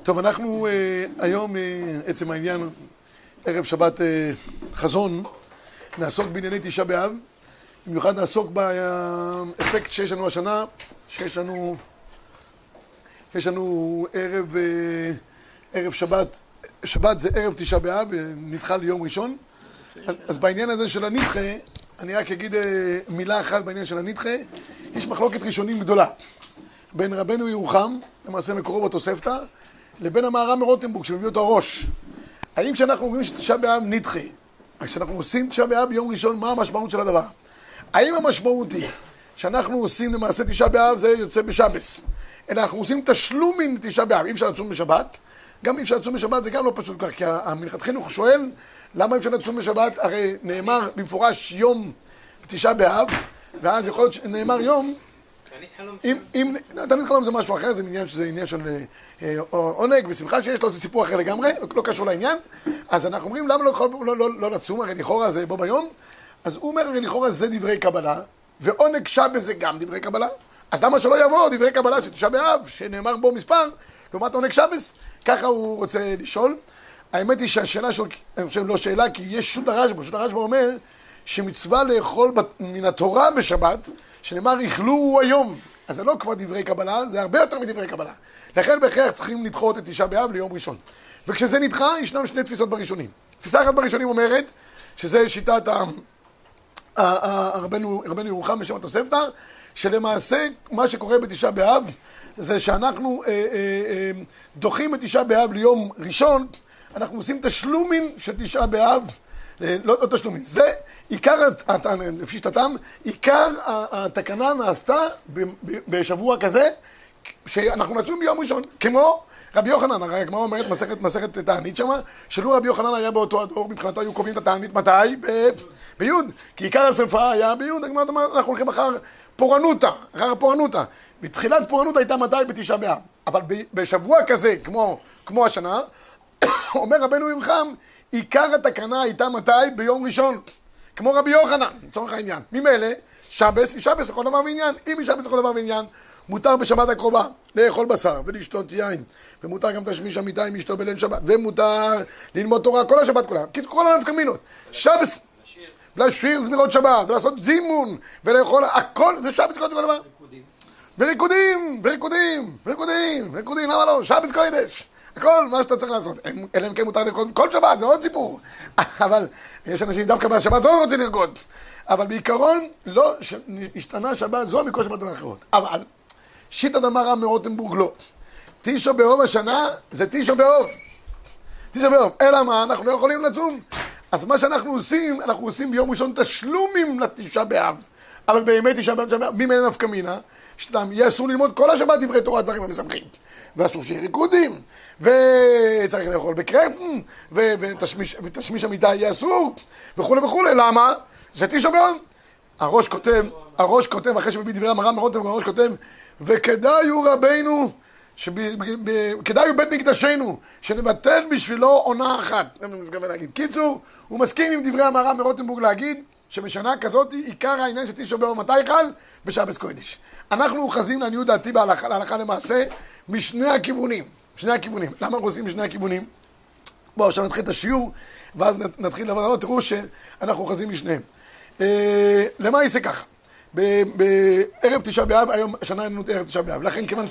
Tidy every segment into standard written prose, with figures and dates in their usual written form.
טוב, אנחנו היום, עצם העניין, ערב שבת חזון, נעסוק בענייני תשעה באב. במיוחד נעסוק באפקט שיש לנו השנה, שיש לנו ערב שבת, שבת זה ערב תשעה באב, נדחה ליום ראשון. אז בעניין הזה של הנדחה, אני רק אגיד מילה אחת בעניין של הנדחה. יש מחלוקת ראשונים גדולה בין רבנו ירוחם, למעשה מקורו בתוספתא, לבין המהר"ם מרוטנבורג שמביא אותו הראש. האם כשאנחנו אומרים שתשעה באב נדחה, כשאנחנו עושים תשעה באב ביום ראשון, מה המשמעות של הדבר? האם המשמעות היא שאנחנו עושים למעשה תשעה באב זה יוצא בשבס, אלא אנחנו עושים תשלומים לתשעה באב, אי אפשר לצום בשבת, גם אי אפשר לצום בשבת, זה גם לא פשוט כך, כי מלכתחילה הוא שואל למה אי אפשר לצום בשבת, הרי נאמר במפורש יום תשעה באב, ואז יכול להיות שנאמר יום, תענית חלום זה משהו אחר, זה עניין של עונג ושמחה שיש לו, זה סיפור אחר לגמרי, לא קשור לעניין. אז אנחנו אומרים למה לא לצום, הרי לכאורה זה בו ביום. אז הוא אומר, הרי לכאורה זה דברי קבלה, ועונג שבס זה גם דברי קבלה. אז למה שלא יבוא דברי קבלה של תשעה באב, שנאמר בו מספר, לעומת עונג שבס? ככה הוא רוצה לשאול. האמת היא שהשאלה שלו, אני חושב לא שאלה, כי יש שו"ת הרשב"א. שו"ת הרשב"א אומר שמצווה לאכול מן התורה בשבת, שנאמר יאכלו היום. אז זה לא כבר דברי קבלה, זה הרבה יותר מדברי קבלה. לכן בהכרח צריכים לדחות את תשעה באב ליום ראשון. וכשזה נדחה, ישנם שני תפיסות בראשונים. תפיסה אחת בראשונים אומרת, שזה שיטת רבנו ירוחם בשם התוספתא, שלמעשה מה שקורה בתשעה באב, זה שאנחנו דוחים את תשעה באב ליום ראשון, אנחנו עושים תשלומים של תשעה באב, לא תשלומים, זה עיקר, לפי שיטתם, עיקר התקנה נעשתה בשבוע כזה, שאנחנו נצום ביום ראשון, כמו רבי יוחנן, הרי הגמרא אומרת מסכת תענית שמה, שלו רבי יוחנן היה באותו הדור, מבחינתו היו קובעים את התענית מתי? ביוד, כי עיקר השרפה היה ביוד, הגמרא אומרת, אנחנו הולכים אחר פורענותא, בתחילת פורענותא הייתה מתי? בתשעה באב, אבל בשבוע כזה, כמו השנה, אומר רבנו ירוחם, עיקר התקנה הייתה מתי? ביום ראשון, כמו רבי יוחנן, לצורך העניין. ממילא, שבס לכל דבר ועניין. אם היא שבס לכל דבר ועניין, מותר בשבת הקרובה לאכול בשר ולשתות יין, ומותר גם תשמיש המיטה עם אשתו בליל שבת, ומותר ללמוד תורה כל השבת כולה, כל הנפקא מינות. שבס, לשיר זמירות שבת, ולעשות זימון, ולאכול, הכל זה שבס כל דבר. וריקודים, למה לא? שבס קודש. הכל מה שאתה צריך לעשות, אלא אם כן מותר לרקוד כל שבת, זה עוד סיפור. אבל יש אנשים דווקא בשבת לא רוצים לרקוד. אבל בעיקרון לא השתנה שבת זו מכל שבת האחרות. אבל שיטת המהר"ם מרוטנבורג לא. תשעה באב השנה זה תשעה באב. אלא מה? אנחנו לא יכולים לצום. אז מה שאנחנו עושים, אנחנו עושים ביום ראשון תשלומים לתשעה באב. אבל באמת תשעה באב, ממילא נפקא מינה, יהיה אסור ללמוד כל השבת דברי תורה, דברים המשמחים. ואסור שיהיה ריקודים, וצריך לאכול בקרצן, ותשמיש המיטה יהיה אסור, וכו'. למה? זה תשעה באב. הראש כותב, אחרי שמביא דברי המהר"ם מרוטנבורג, הראש כותב, וכדאי הוא רבינו, כדאי הוא בית מקדשנו, שנבטל בשבילו עונה אחת. קיצור, הוא מסכים עם דברי המהר"ם מרוטנבורג להגיד, שבשנה כזאת עיקר העניין של תשעה באב מתי חל? בשבס קודש. אנחנו אוחזים לעניות דעתי בהלכה למעשה משני הכיוונים. למה אנחנו עושים משני הכיוונים? בואו עכשיו נתחיל את השיעור ואז נתחיל לבוא, תראו שאנחנו אוחזים משניהם. למה יעשה ככה? בערב תשעה באב, היום השנה אין לנו ערב תשעה באב, לכן כיוון...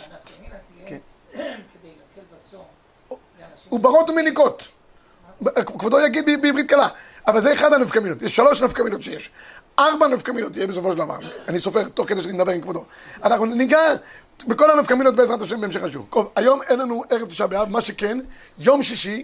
הוא ברות ומניקות. כבודו יגיד בעברית קלה. אבל זה אחד הנפקא מינות, יש 3 נפקא מינות שיש. 4 נפקא מינות יהיה בסופו של דבר. אני סופר תוך כדי שאני מדבר עם כבודו. אנחנו ניגע בכל הנפקא מינות בעזרת השם בהמשך השיעור. טוב, היום אין לנו ערב תשעה באב, מה שכן, יום שישי,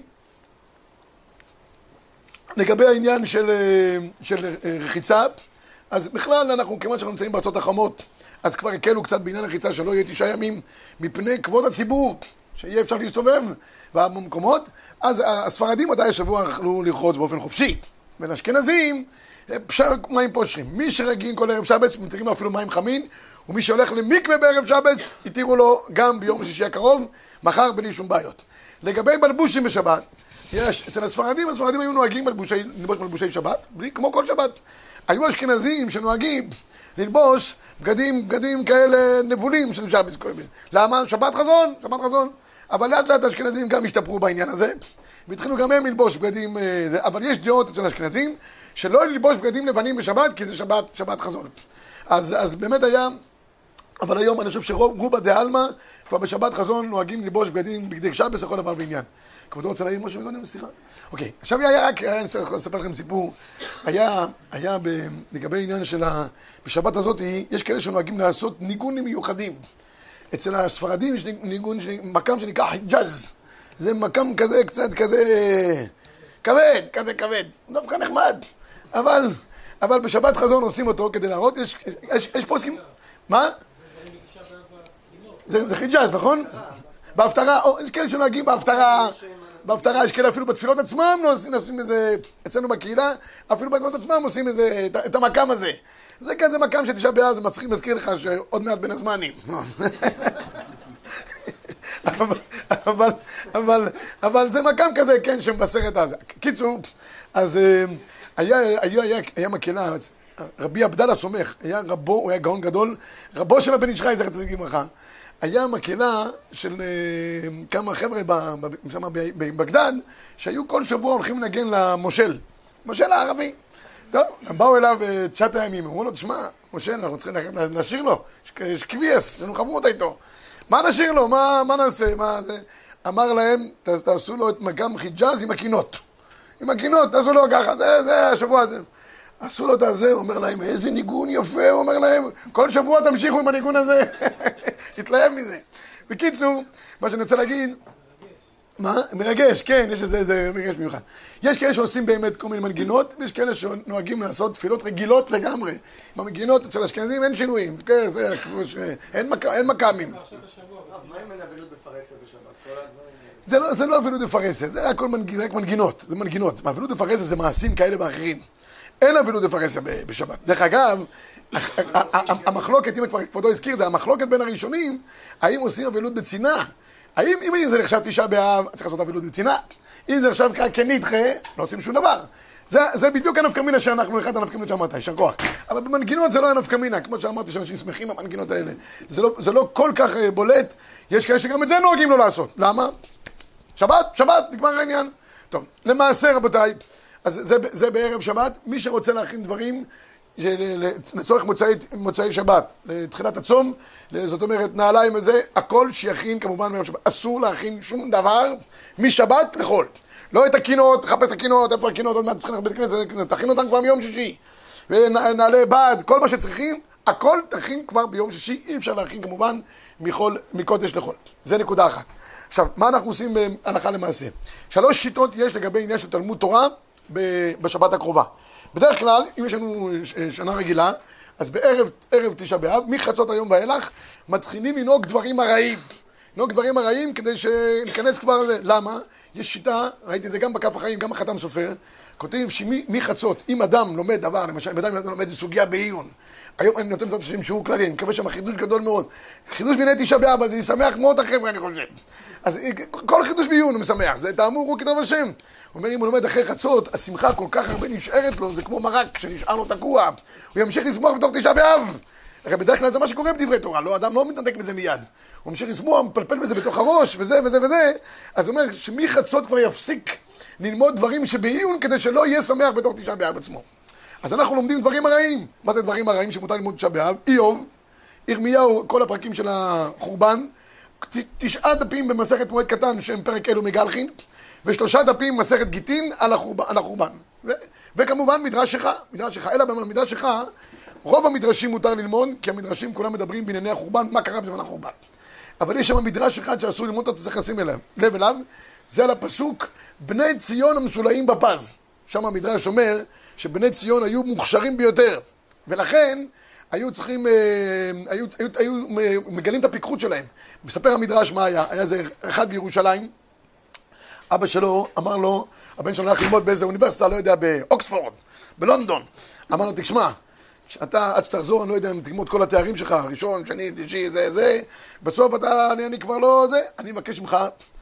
לגבי העניין של רחיצה, אז בכלל אנחנו, כמעט שאנחנו נמצאים בארצות החמות, אז כבר הקלו קצת בעניין הרחיצה שלא יהיה 9 ימים, מפני כבוד הציבור, שיהיה אפשר להסתובב במקומות, אז הספרדים עדיין השבוע יכלו לרחוץ באופן חופשי. ולאשכנזים, מים פושרים. מי שרגיל כל ערב שבץ, מתירים לו אפילו מים חמים, ומי שהולך למקווה בערב שבץ, יתירו לו גם ביום שישי הקרוב, מחר בלי שום בעיות. לגבי מלבושים בשבת, יש, אצל הספרדים היו נוהגים ללבוש מלבושי שבת, כמו כל שבת. היו אשכנזים שנוהגים ללבוש בגדים כאלה נבולים של שבץ. למה? שבת חזון. אבל לאט לאט האשכנזים גם השתפרו בעניין הזה, והתחילו גם הם ללבוש בגדים, אבל יש דעות אצל האשכנזים, שלא ללבוש בגדים לבנים בשבת, כי זה שבת חזון. אז באמת היה, אבל היום אני חושב שרובה דעלמא, כבר בשבת חזון נוהגים ללבוש בגדי שבס לכל דבר ועניין. כבודו רוצה להעיר משהו מגודם? סליחה. אוקיי, עכשיו אני צריך לספר לכם סיפור. היה לגבי העניין של בשבת הזאת, יש כאלה שנוהגים לעשות ניגונים מיוחדים. אצל הספרדים יש ניגון, מקם שנקרא חיג'אז. זה מקם כזה, קצת כזה כבד. דווקא נחמד. אבל בשבת חזון עושים אותו כדי להראות, יש פוסקים. מה? זה חיג'אז, נכון? בהפטרה, יש כאלה שנוהגים בהפטרה, יש כאלה אפילו בתפילות עצמם עושים איזה, אצלנו בקהילה, אפילו בתפילות עצמם עושים איזה, את המקם הזה. זה כזה מקם שתשעה באב, זה מצחיק, מזכיר לך שעוד מעט בין הזמנים. אבל זה מקם כזה, כן, שמבשר את הזה. קיצור, אז היה מקהלה, רבי עבדאללה סומך, היה רבו, הוא היה גאון גדול, רבו של הבן איש חי, זכר צדיק לברכה. היה מקהלה של כמה חבר'ה בבגדד, שהיו כל שבוע הולכים לנגן למושל, מושל הערבי. טוב, הם באו אליו 9 ימים, אמרו לו, תשמע, מושל, אנחנו צריכים לשיר לו, יש קוויאס, יש לנו חברות איתו. מה נשיר לו? מה נעשה? אמר להם, תעשו לו את מקם חיג'אז עם הקינות. עם הקינות, תעשו לו ככה, זה השבוע הזה. עשו לו את הזה, הוא אומר להם, איזה ניגון יפה, הוא אומר להם, כל שבוע תמשיכו עם הניגון הזה. התלהב מזה. בקיצור, מה שאני רוצה להגיד, מה? מרגש, כן, יש איזה מרגש מיוחד. יש כאלה שעושים באמת כל מיני מנגינות, ויש כאלה שנוהגים לעשות תפילות רגילות לגמרי. במנגינות אצל אשכנזים אין שינויים, אין מקמים. מה עם אבלות בפרהסיה בשבת? זה לא אבלות בפרהסיה, זה רק מנגינות, זה מנגינות. אבלות בפרהסיה זה מעשים כאלה ואחרים. אין אבלות בפרהסיה בשבת. דרך אגב, המחלוקת, אם כבר כבודו הזכיר את זה, המחלוקת בין הראשונים, האם עושים אבלות בצנעה? אם זה נחשב 9 באב, צריך לעשות אבלות בצנעה. אם זה נחשב כנדחה, לא עושים שום דבר. זה בדיוק הנפקא מינה שאנחנו, אחד הנפקא מינה שאמרת, יישר כוח. אבל במנגינות זה לא הנפקא מינה, כמו שאמרתי שאנשים שמחים במנגינות האלה. זה לא כל כך בולט, יש כאלה שגם את זה נוהגים לא לעשות. למה? שבת, נגמר העניין. טוב, למעשה רבותיי, אז זה בערב שבת, מי שרוצה להכין דברים, לצורך מוצאי שבת, לתחילת הצום, זאת אומרת נעליים וזה, הכל שיכין כמובן מערב שבת. אסור להכין שום דבר משבת לחול. לא את הקינות, חפש הקינות, איפה הקינות, עוד מעט צריכים לבית כנסת, תכין אותם כבר מיום שישי. ונעלי בד, כל מה שצריכים, הכל תכין כבר ביום שישי, אי אפשר להכין כמובן מקודש לחול. זה נקודה אחת. עכשיו, מה אנחנו עושים בהלכה למעשה? 3 שיטות יש לגבי עניין של תלמוד תורה בשבת הקרובה. בדרך כלל, אם יש לנו שנה רגילה, אז בערב 9 באב, מחצות היום ואילך, מתחילים לנהוג דברים הרעים. לנהוג דברים הרעים כדי שניכנס כבר לזה. למה? יש שיטה, ראיתי את זה גם בכף החיים, גם החתם סופר, כותבים שמחצות, אם אדם לומד דבר, למשל, אם אדם לומד סוגיה בעיון, היום אני נותן את השם שיעור כללי, אני מקווה שם חידוש גדול מאוד. חידוש בעיני 9 באב, אז זה ישמח מאוד החבר'ה, אני חושב. אז כל חידוש בעיון הוא משמח, זה תאמור הוא כתוב השם. הוא אומר, אם הוא לומד אחרי חצות, השמחה כל כך הרבה נשארת לו, זה כמו מרק שנשאר לו תקוע. הוא ימשיך לשמוח בתוך 9 באב. הרי בדרך כלל זה מה שקורה בדברי תורה, לא, אדם לא מתנתק מזה מיד. הוא ממשיך לשמוח, מפלפל בזה בתוך הראש, וזה. אז הוא אומר שמחצות כבר יפסיק ללמוד דברים שבעיון, כדי שלא יהיה שמח בתוך 9 באב עצמו. אז אנחנו לומדים דברים הרעים. מה זה דברים הרעים שמותר ללמוד 9 באב? איוב, ירמיהו, כל הפרקים של החורבן, 9 דפים במסכת מועד קטן, שהם פרק אלו מגלחין, ו3 דפים מסכת גיטין על החורבן. וכמובן מדרש שלך, אלא במדרש שלך, רוב המדרשים מותר ללמוד, כי המדרשים כולם מדברים בענייני החורבן, מה קרה בזמן החורבן. אבל יש שם מדרש אחד שאסור ללמוד אותו, צריך לשים לב אליו, זה על הפסוק, בני ציון המשולאים בפז. שם המדרש אומר שבני ציון היו מוכשרים ביותר, ולכן היו צריכים, היו מגלים את הפיקחות שלהם. מספר המדרש מה היה, היה זה אחד בירושלים, אבא שלו אמר לו, הבן שלו הלך ללמוד באיזה אוניברסיטה, לא יודע, באוקספורד, בלונדון. אמר לו, תשמע, עד שתחזור, אני לא יודע אם תגמור את כל התארים שלך, ראשון, שני, שלישי, זה, בסוף אני כבר לא זה, אני מבקש ממך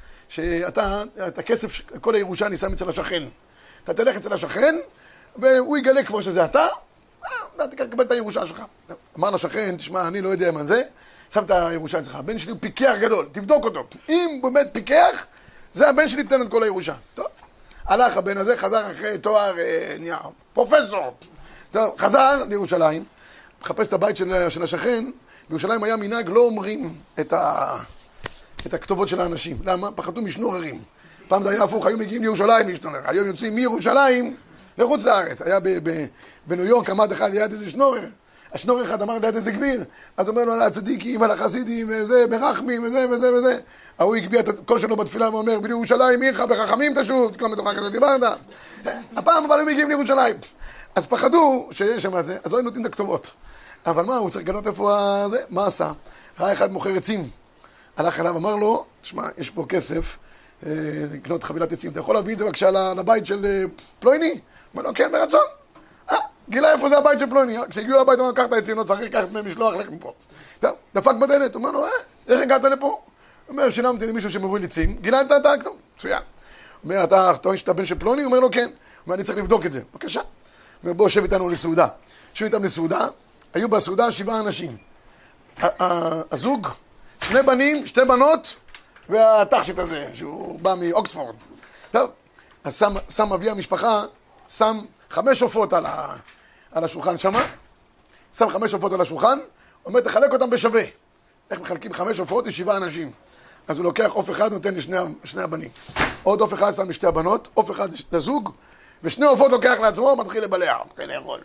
שאתה, את הכסף, כל הירושה אני שם אצל השכן. אתה תלך אצל השכן, והוא יגלה כבר שזה אתה תקבל את הירושה שלך. אמר לשכן, תשמע, אני לא יודע מה זה, שם את הירושה אצלך, הבן שלי הוא פיקח גדול, תבדוק אותו. אם באמת פיקח, זה הבן שלי תן את כל הירושה. טוב, הלך הבן הזה, חזר אחרי תואר, נהיה פרופסור. טוב, חזר לירושלים, מחפש את הבית של השכן, בירושלים היה מנהג לא אומרים את הכתובות של האנשים. למה? פחדו משנוררים. פעם זה היה הפוך, היו מגיעים לירושלים להשתנר, היום יוצאים מירושלים לחוץ לארץ. היה בניו יורק עמד אחד ליד איזה שנורר, השנורר אחד אמר ליד איזה גביר, אז אומר לו על הצדיקים, על החסידים, וזה, מרחמים, וזה וזה וזה. ההוא הגביה את הקול שלו בתפילה ואומר, ולירושלים עירך ברחמים תשוב, תקום בתוכה כזאת דיברת. הפעם אבל הם מגיעים לירושלים. אז פחדו שיש שם זה, אז לא היו נותנים את הכתובות. אבל מה, הוא צריך לגלות איפה זה? מה עשה? ראה אחד מוכר עצים. הלך אליו, אמר לו, שמע, יש פה כסף, לקנות חבילת עצים, אתה יכול להביא את זה בבקשה לבית של פלויני? אמר לו, כן, ברצון. גילה איפה זה הבית של פלויני, כשהגיעו לבית, אמר, קח את העצים, לא צריך לקחת מהם משלוח לחם פה. דפק בדלת, אמר לו, איך הגעת לפה? הוא אומר, שילמתי למישהו שמביא עצים, גילה את הטקטום, מצוין. אומר, אתה טוען שאתה בן של פלוני? הוא אומר לו, כן. הוא אומר, אני צריך לבדוק את זה. בבקשה. הוא אומר, בוא, שב איתנו לסעודה. שב איתם לסעודה, היו בסעודה 7 אנשים. הזוג, 2 בנים, 2 בנות, והתכשיט הזה, שהוא בא מאוקספורד. טוב, אז שם אבי המשפחה, שם 5 עופות על השולחן שמה, שם 5 עופות על השולחן, אומר, תחלק אותם בשווה. איך מחלקים 5 עופות ל7 אנשים? אז הוא לוקח עוף אחד, נותן לשני הבנים. עוד עוף אחד שם לשתי הבנות, עוף אחד לזוג, ו2 עופות לוקח לעצמו, מתחיל לבלע, מתחיל לאכול.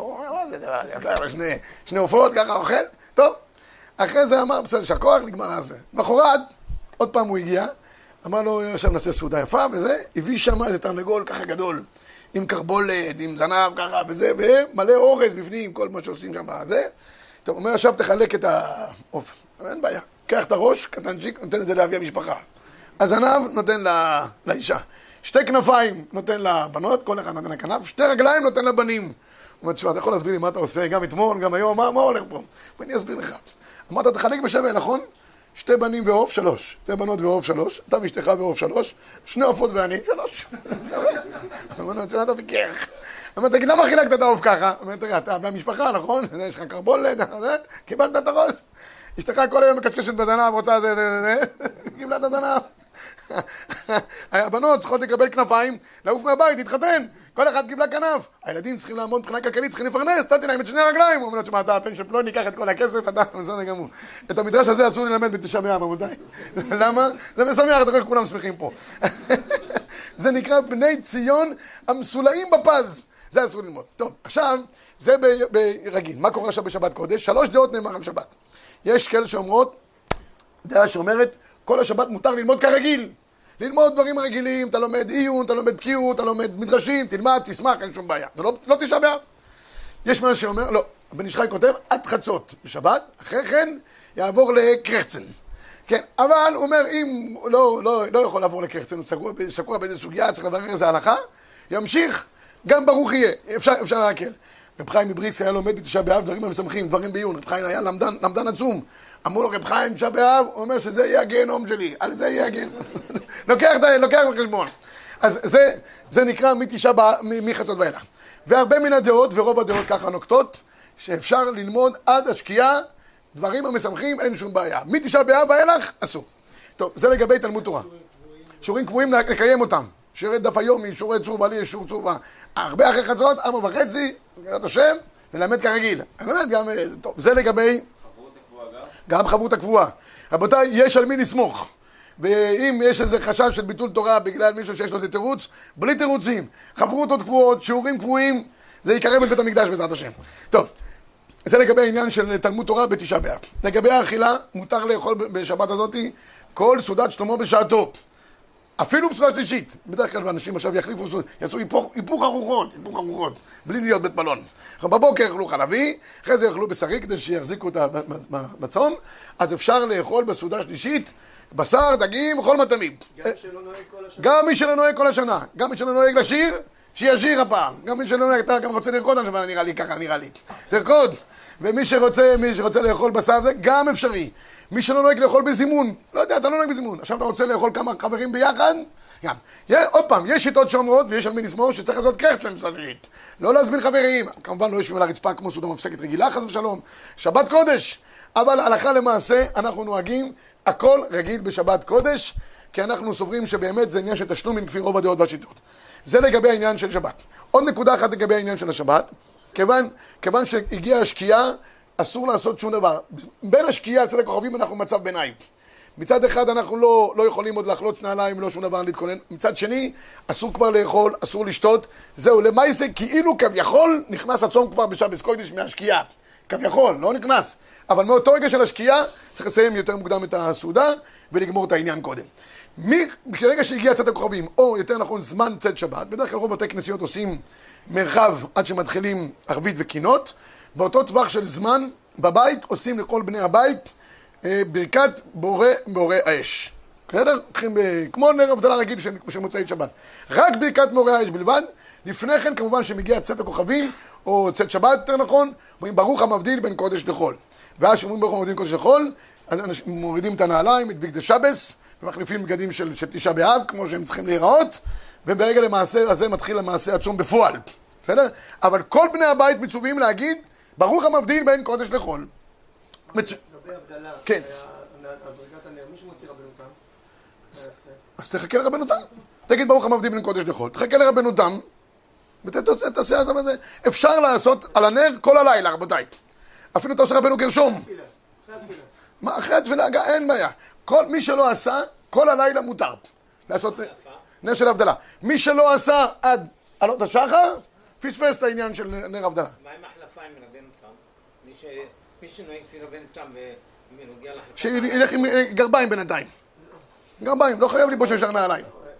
שני עופות, ככה אוכל, טוב. אחרי זה אמר, בסדר, שהכוח נגמר על זה. מחרת, עוד פעם הוא הגיע, אמר לו, עכשיו נעשה סעודה יפה, וזה, הביא שם איזה תרנגול ככה גדול, עם קרבולת, עם זנב ככה, וזה, ומלא אורז בפנים, כל מה שעושים שם, זה. טוב, אומר, עכשיו תחלק את העוף. אין בעיה. קח את הראש, קטנצ'יק, נותן את זה לאבי המשפחה. הזנב נותן לאישה. 2 כנפיים נותן לבנות, כל אחד נותן לכנף, 2 רגליים נותן לבנים. הוא אומר, תשמע, אתה יכול להסביר לי מה אתה עושה, גם אתמול, גם היום, מה הולך פה? ואני אסביר לך. אמרת, תחלק בשווה, נכון? 2 בנים ועוף, 3. 2 בנות ועוף, 3. אתה ואשתך ועוף, 3. 2 עופות ואני, 3. אמרנו, תשמע, אתה פיקח. אמרת, תגיד, למה חילקת את העוף ככה? אמרת, תראה, אתה והמשפחה, נכון? יש לך קרבולת, קיבלת את הראש. אשתך כל היום מקשקשת בזנב, רוצה קיבלת את הזנב. הבנות צריכות לקבל כנפיים, לעוף מהבית, להתחתן. כל אחד קיבלה כנף. הילדים צריכים לעמוד מבחינה כלכלית, צריכים לפרנס, נתתי להם את 2 רגליים. הוא אומר, תשמע, אתה הפן של פלוני, קח את כל הכסף, אתה בסדר גמור. את המדרש הזה אסור ללמד בתשעה באב, רבותיי. למה? זה משמח, אתה רואה כולם שמחים פה. זה נקרא בני ציון המסולאים בפז. זה אסור ללמוד. טוב, עכשיו, זה ברגיל. מה קורה עכשיו בשבת קודש? 3 דעות נאמר על שבת. יש כאלה שאומרות, דעה שאומרת, כל השבת מותר ללמוד כרגיל. ללמוד דברים רגילים, אתה לומד עיון, אתה לומד בקיאות, אתה לומד מדרשים, תלמד, תשמח, אין שום בעיה. זה לא תשעה באב. יש מה שאומר, לא, הבן איש חי כותב, עד חצות בשבת, אחרי כן יעבור לקרחצן. כן, אבל הוא אומר, אם לא יכול לעבור לקרחצן, הוא שקוע באיזה סוגיה, צריך לברר איזה הלכה, ימשיך, גם ברוך יהיה, אפשר להקל. רב חיים מבריסק היה לומד בתשעה באב דברים המשמחים, דברים בעיון, רב חיים היה למדן עצום. אמרו לו, רב חיים בתשעה באב, הוא אומר שזה יהיה הגיהנום שלי, על זה יהיה הגיהנום. לוקח בחשבון. אז זה נקרא מחצות ואילך. והרבה מן הדעות, ורוב הדעות ככה נוקטות, שאפשר ללמוד עד השקיעה, דברים המשמחים, אין שום בעיה. מתשעה באב ואילך, אסור. טוב, זה לגבי תלמוד תורה. שיעורים קבועים לקיים אותם. שיעורי דף היומי, שיעורי צרובה, לי יש שיעור צרובה. הרבה אחרי חצות, 4:30, קראת השם, ולמד כרגיל. באמת גם, טוב, זה לגבי... חברות הקבועה גם חברות הקבועה. רבותיי, יש על מי לסמוך. ואם יש איזה חשש של ביטול תורה בגלל מישהו שיש לו איזה תירוץ, בלי תירוצים. חברותות קבועות, שיעורים קבועים, זה יקרב את בית המקדש בעזרת השם. טוב, זה לגבי העניין של תלמוד תורה בתשעה באב. לגבי האכילה, מותר לאכול בשבת הזאת כל סעודת שלמה בשעתו. אפילו בסעודה שלישית. בדרך כלל אנשים עכשיו יעשו היפוך ארוחות, בלי להיות בית מלון. בבוקר יאכלו חלבי, אחרי זה יאכלו בשרי כדי שיחזיקו את המצום, אז אפשר לאכול בסעודה שלישית, בשר, דגים, וכל מטעמים. גם מי שלא נוהג כל השנה. גם מי שלא נוהג לשיר, שישיר הפעם. גם מי שלא נוהג, אתה גם רוצה לרקוד, נראה לי ככה, נראה לי. תרקוד. ומי שרוצה לאכול בשר זה גם אפשרי. מי שלא נוהג לאכול בזימון, לא יודע, אתה לא נוהג בזימון, עכשיו אתה רוצה לאכול כמה חברים ביחד, גם. עוד פעם, יש שיטות שאומרות, ויש על מי לסמור, שצריך לעשות קרצן סדרית. לא להזמין חברים, כמובן לא יושבים על הרצפה כמו סעודה מפסקת רגילה, חס ושלום, שבת קודש, אבל הלכה למעשה אנחנו נוהגים הכל רגיל בשבת קודש, כי אנחנו סוברים שבאמת זה עניין של תשלומים כפי רוב הדעות והשיטות. זה לגבי העניין של שבת. עוד נקודה אחת לגבי העניין של השבת, כיוון שהגיעה השקיעה, אסור לעשות שום דבר. בין השקיעה לצד הכוכבים אנחנו במצב ביניים. מצד אחד אנחנו לא יכולים עוד לחלוץ נעליים, לא שום דבר להתכונן. מצד שני, אסור כבר לאכול, אסור לשתות. זהו, למעשה כאילו כביכול נכנס הצום כבר בשבת קודש מהשקיעה. כביכול, לא נכנס. אבל מאותו רגע של השקיעה צריך לסיים יותר מוקדם את הסעודה ולגמור את העניין קודם. ברגע שהגיע צאת הכוכבים, או יותר נכון זמן צאת שבת, בדרך כלל רוב בתי כנסיות עושים מרחב עד שמתחילים ערבית וקינות, באותו טווח של זמן בבית עושים לכל בני הבית ברכת בורא האש. בסדר? כמו נר הבדלה רגיל של מוצאי שבת. רק ברכת בורא האש בלבד. לפני כן כמובן שמגיע צאת הכוכבים, או צאת שבת יותר נכון, אומרים ברוך המבדיל בין קודש לחול. ואז שאומרים ברוך המבדיל בין קודש לחול, אנשים מורידים את הנעליים, את בגדי שבס, ומחליפים בגדים של תשעה באב, כמו שהם צריכים להיראות, וברגע למעשה הזה מתחיל למעשה הצום בפועל. בסדר? אבל כל בני הבית מצווים להגיד, ברוך המבדיל בין קודש לחול. לגבי הבדלה, כן. ברכת הנר, מי שמוציא רבנותם? אז תחכה לרבנותם. תגיד ברוך המבדיל בין קודש לחול. תחכה לרבנותם, ותעשה את זה. אפשר לעשות על הנר כל הלילה, רבותיי. אפילו אתה עושה רבנו גרשום. אחרי התפילה, אין בעיה. מי שלא עשה, כל הלילה מותר. לעשות נר של הבדלה. מי שלא עשה עד עלות השחר, פספס את העניין של נר הבדלה. מה עם החלפיים מרבנו תם? מי שנוהג לפי רבנו תם ומנוגע לחלפיים? שילך עם גרביים בינתיים. גרביים, לא חייב לבוש ישר נעליים.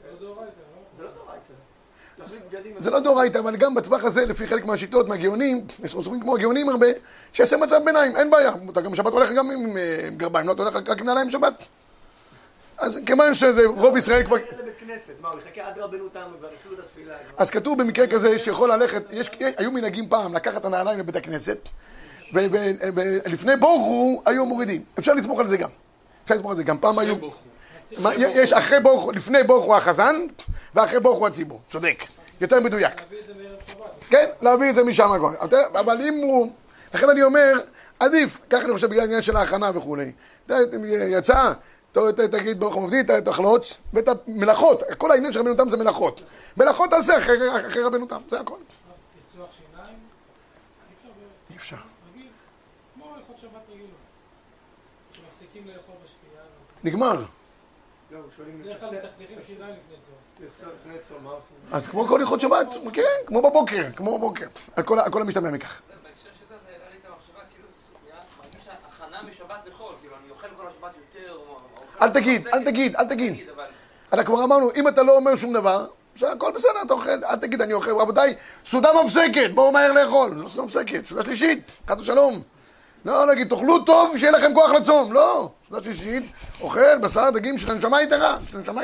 זה לא דאורייתא, אבל גם בטווח הזה, לפי חלק מהשיטות, מהגאונים, יש עושים כמו הגאונים הרבה, שיעשה מצב ביניים, אין בעיה. אתה גם בשבת הולך גם עם גרביים, לא אתה הולך רק עם נעליים בשבת. אז כמובן שזה רוב ישראל כבר... מה, הוא יחכה עד רבנותם וברכו את התפילה. אז כתוב במקרה כזה שיכול ללכת, היו מנהגים פעם לקחת את הנעליים לבית הכנסת, ולפני בורכו היו מורידים. אפשר לסמוך על זה גם. אפשר לסמוך על זה גם. פעם היו... יש אחרי בורכו, לפני בורכו החזן, ואחרי בורכו הציבור. צודק. יותר מדויק. להביא את זה מערב שבת. כן, להביא את זה משם כבר. אבל אם הוא... לכן אני אומר, עדיף, ככה אני חושב בגלל העניין של ההכנה וכולי. יצא, תגיד ברוך המבדיל, תחלוץ, ואת המלאכות, כל העניין של רבנותם זה מלאכות. מלאכות תעשה אחרי רבנותם, זה הכל. צחצוח שיניים? אי אפשר. רגיל, כמו הלכות שבת רגילות. שמפסיקים לאכול בשקיעה. נגמר. לא, הוא שואלים בדרך כלל מצחצחים שיניים לפני צום. לפני צום, מה עושים? אז כמו כל הלכות שבת, כן, כמו בבוקר. הכל המשתמע מכך. בהקשר שזה זה העלה לי את המחשבה, כאילו זה מרגיש הכנה משבת לחול, כאילו אני אוכל כל השבת יותר, אל תגיד. אנחנו כבר אמרנו, אם אתה לא אומר שום דבר, הכל בסדר, אתה אוכל, אל תגיד אני אוכל, רבותיי, סעודה מפסקת, בואו מהר לאכול, זו סעודה מפסקת, סעודה שלישית, חס ושלום. לא להגיד, תאכלו טוב, שיהיה לכם כוח לצום, לא, סעודה שלישית, אוכל, בשר, דגים של הנשמה יתרה,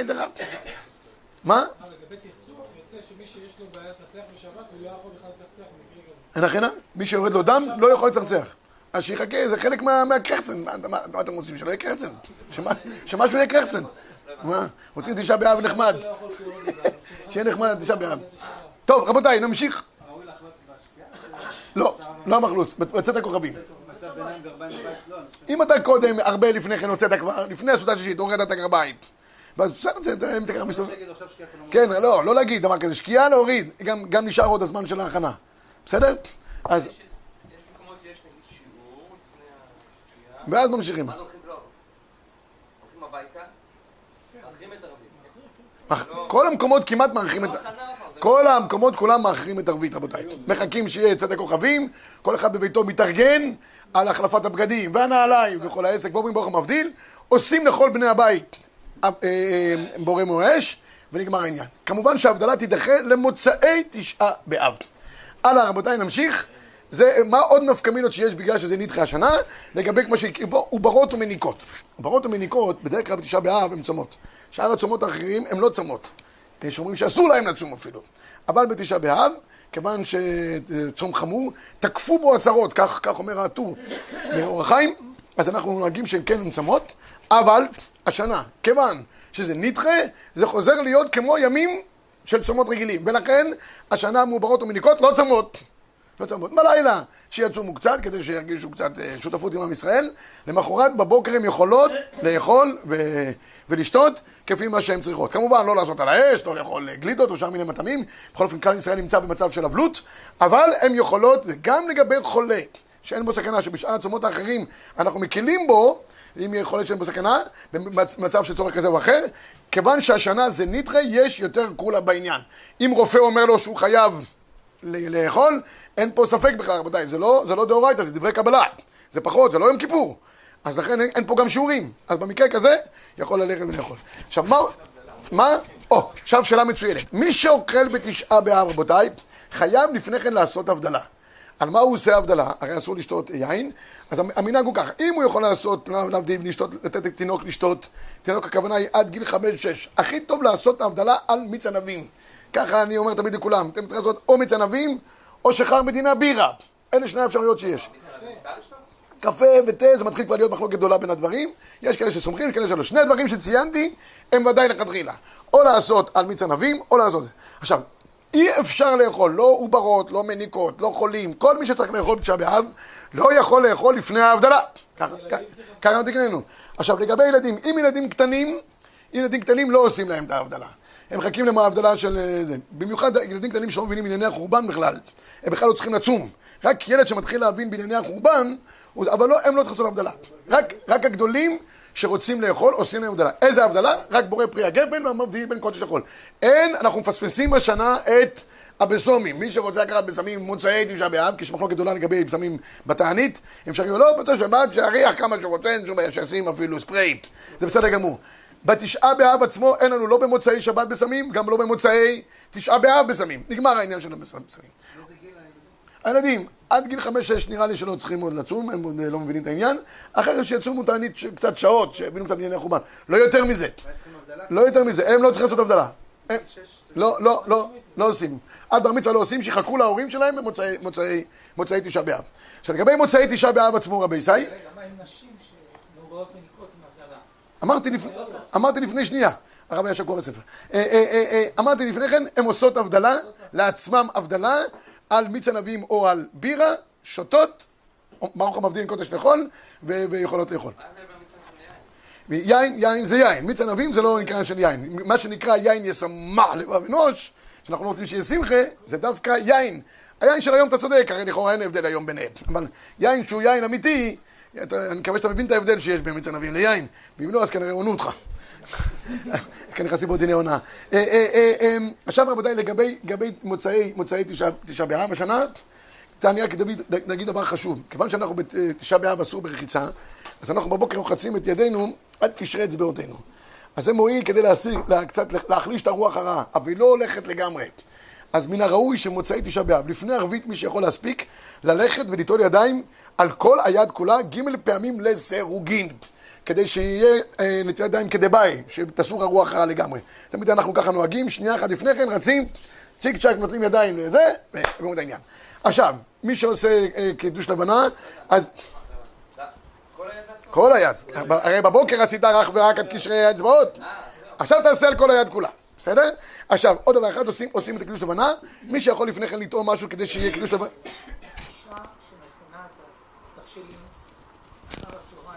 מה? לגבי צחצוח, יוצא שמי שיש לו בעיה לצחצח בשבת, הוא לא יכול בכלל לצחצח במקרה כזה. אין הכנה? מי שיורד לו דם לא יכול לצחצח. אז שיחכה, זה חלק מהקרחצן. מה אתם רוצים? שלא יהיה קרחצן? שמשהו יהיה קרחצן. מה? רוצים תשעה באב נחמד. שיהיה נחמד תשעה באב. טוב, רבותיי, נמשיך. לא המחלוץ, בצאת הכוכבים. אם אתה קודם, הרבה לפני כן הוצאת כבר, לפני הסעודה השישית, הורדת את הגרביים. ואז בסדר, אם תקרא מסתובב. כן, לא להגיד, דבר כזה, שקיעה להוריד, גם נשאר עוד הזמן של ההכנה. בסדר? אז... יש מקומות שיש נגיד שיעור לפני השקיעה. ואז ממשיכים. אז הולכים הביתה, מאחרים את ערבית. כל המקומות כמעט מאחרים את... כל המקומות כולם מאחרים את ערבית, רבותיי. מחכים שיהיה צאת הכוכבים, כל אחד בביתו מתארגן על החלפת הבגדים והנעליים וכל העסק, ואומרים ברוך המבדיל, עושים לכל בני הבית בורא האש, ונגמר העניין. כמובן שההבדלה תידחה למוצאי תשעה באב. הלאה, רבותיי, נמשיך. זה מה עוד נפקמינות שיש בגלל שזה נדחה השנה, לגבי כמו שהקריא פה, עוברות ומניקות. עוברות ומניקות, בדרך כלל בתשעה באב הם צומות. שאר הצומות האחרים הם לא צומות. יש אומרים שאסור להם לצום אפילו. אבל בתשעה באב, כיוון שצום חמור, תקפו בו הצרות, כך אומר הטור באור החיים, אז אנחנו נוהגים שהן כן צמות, אבל השנה, כיוון שזה נדחה, זה חוזר להיות כמו ימים של צומות רגילים, ולכן השנה מעוברות ומניקות לא צמות. לא צמות. בלילה שיצומו קצת, כדי שירגישו קצת שותפות עם עם ישראל, למחרת בבוקר הם יכולות לאכול ולשתות כפי מה שהן צריכות. כמובן לא לעשות על האש, לא לאכול גלידות או שאר מיני מטעמים, בכל אופן כלל ישראל נמצא במצב של אבלות, אבל הן יכולות, גם לגבי חולה, שאין בו סכנה, שבשאר הצומות האחרים אנחנו מקלים בו, אם יכולת שאין בו סכנה, במצב של צורך כזה או אחר, כיוון שהשנה זה נדחה, יש יותר קולה בעניין. אם רופא אומר לו שהוא חייב לאכול, אין פה ספק בכלל, רבותיי, זה לא דאורייתא, זה דברי קבלה, זה פחות, זה לא יום כיפור, אז לכן אין פה גם שיעורים, אז במקרה כזה יכול ללכת ולאכול. עכשיו מה? עכשיו שאלה מצוינת, מי שאוכל בתשעה באב, רבותיי, חייב לפני כן לעשות הבדלה. על מה הוא עושה הבדלה? הרי אסור לשתות יין, אז המנהג הוא כך, אם הוא יכול לעשות, להבדיל, לתת תינוק לשתות, תינוק הכוונה היא עד גיל 5-6, הכי טוב לעשות הבדלה על מיץ ענבים. ככה אני אומר תמיד לכולם, אתם צריכים לעשות או מיץ ענבים, או שחר מדינה בירה. אלה שני האפשרויות שיש. קפה ותה, זה מתחיל כבר להיות מחלוקת גדולה בין הדברים. יש כאלה שסומכים, יש כאלה שלא. שני הדברים שציינתי, הם ודאי לכתחילה. או לעשות על מיץ ענבים, או לעשות את זה. עכשיו, אי אפשר לאכול, לא עוברות, לא מניקות, לא חולים, כל מי שצריך לאכול בתשעה באב, לא יכול לאכול לפני ההבדלה. ככה תקננו. עכשיו, לגבי ילדים, אם ילדים קטנים לא עושים להם את ההבדלה. הם מחכים למה ההבדלה של זה. במיוחד ילדים קטנים שלא מבינים בענייני החורבן בכלל. הם בכלל לא צריכים לצום. רק ילד שמתחיל להבין בענייני החורבן, אבל לא, הם לא צריכים לעשות הבדלה. רק הגדולים שרוצים לאכול עושים להם הבדלה. איזה הבדלה? רק בורא פרי הגפן והמבדיל בין קודש לחול. אנחנו מפספסים השנה את הבסומים. מי שרוצה לקחת בסמים מוצאי תשעה באב, כי יש מחלוקת גדולה לגבי בסמים בתענית, אפשר להגיד, לא, בתשעה באב, שיריח כמה שרוצה, שישים אפילו ספרי. זה בסדר גמור. בתשעה באב עצמו אין לנו לא במוצאי שבת בסמים, גם לא במוצאי תשעה באב בסמים. נגמר העניין של בסמים. איזה גיל הילדים, עד גיל 5-6 נראה לי שלא צריכים עוד לצום, הם עוד לא מבינים את העניין. אחרי שיצומו תענית קצת שעות, שהבינו קצת בענייני החורבן. לא יותר מזה. לא יותר מזה, הם לא צריכים לעשות הבדלה. לא עושים. עד בר מצווה לא עושים, שיחכו להורים שלהם במוצאי תשעה באב. עכשיו, לגבי מוצאי תשעה באב עצמו, רבי ישי, רגע, מה עם נשים שמעוברות מניקות עם הבדלה? אמרתי לפני שנייה, הרב היה שקוע בספר. אמרתי לפני כן, הם עושות הבדלה, לעצמם הבדלה, על מיץ ענבים או על בירה, שותות, ברוך המבדיל קודש לאכול, ויכולות לאכול. יין זה יין, מיץ ענבים זה לא נקרא של יין. מה שנקרא יין ישמח לבב אנוש, שאנחנו לא רוצים שיהיה שמחה, זה דווקא יין. היין של היום אתה צודק, הרי לכאורה אין הבדל היום ביניהם. אבל יין שהוא יין אמיתי, אני מקווה שאתה מבין את ההבדל שיש בין מיץ ענבים ליין. ואם לא, אז כנראה עונו אותך. כנראה סיבות דיני עונה. עכשיו רבותיי, לגבי מוצאי תשעה באב השנה, אני רק נגיד דבר חשוב. כיוון שאנחנו בתשעה באב אסור ברחיצה, אז אנחנו בבוקר רוחצים את ידינו עד קשרי אצבעותינו. אז זה מועיל כדי קצת להחליש את הרוח הרעה, אבל היא לא הולכת לגמרי. אז מן הראוי שמוצאי תשעה באב, לפני ערבית מי שיכול להספיק, ללכת וליטול ידיים על כל היד כולה, ג' פעמים לסירוגין, כדי שיהיה נטילת ידיים כדבעי, שתסור הרוח הרעה לגמרי. תמיד אנחנו ככה נוהגים, שנייה אחת לפני כן רצים, צ'יק צ'ק נוטלים ידיים לזה, וגמור את העניין. עכשיו, מי שעושה קידוש לבנה, אז... כל היד. הרי בבוקר עשית רק עד קשרי האצבעות. עכשיו תעשה על כל היד כולה. בסדר? עכשיו, עוד דבר אחד, עושים את הקידוש לבנה. מי שיכול לפני כן לטעום משהו כדי שיהיה קידוש לבנה... אישה שמכינה את התכשילים אחר הצהריים,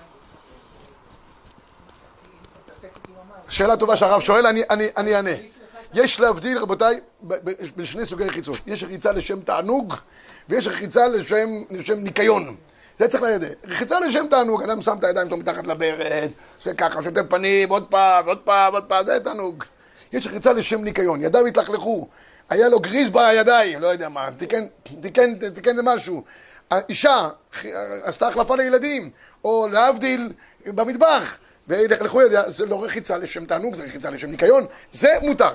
מתעסקת עם המים. שאלה טובה שהרב שואל, אני אענה. יש להבדיל, רבותיי, בין שני סוגי רחיצות. יש רחיצה לשם תענוג, ויש רחיצה לשם ניקיון. זה צריך לידע. רחיצה לשם תענוג, אדם שם את הידיים שלו מתחת לברד, עושה ככה, שוטף פנים, עוד פעם, זה תענוג. יש רחיצה לשם ניקיון, ידיו התלכלכו, היה לו גריז בידיים, לא יודע מה, תיקן זה משהו. האישה עשתה החלפה לילדים, או להבדיל במטבח, ולכלכו ידיה, זה לא רחיצה לשם תענוג, זה רחיצה לשם ניקיון, זה מותר.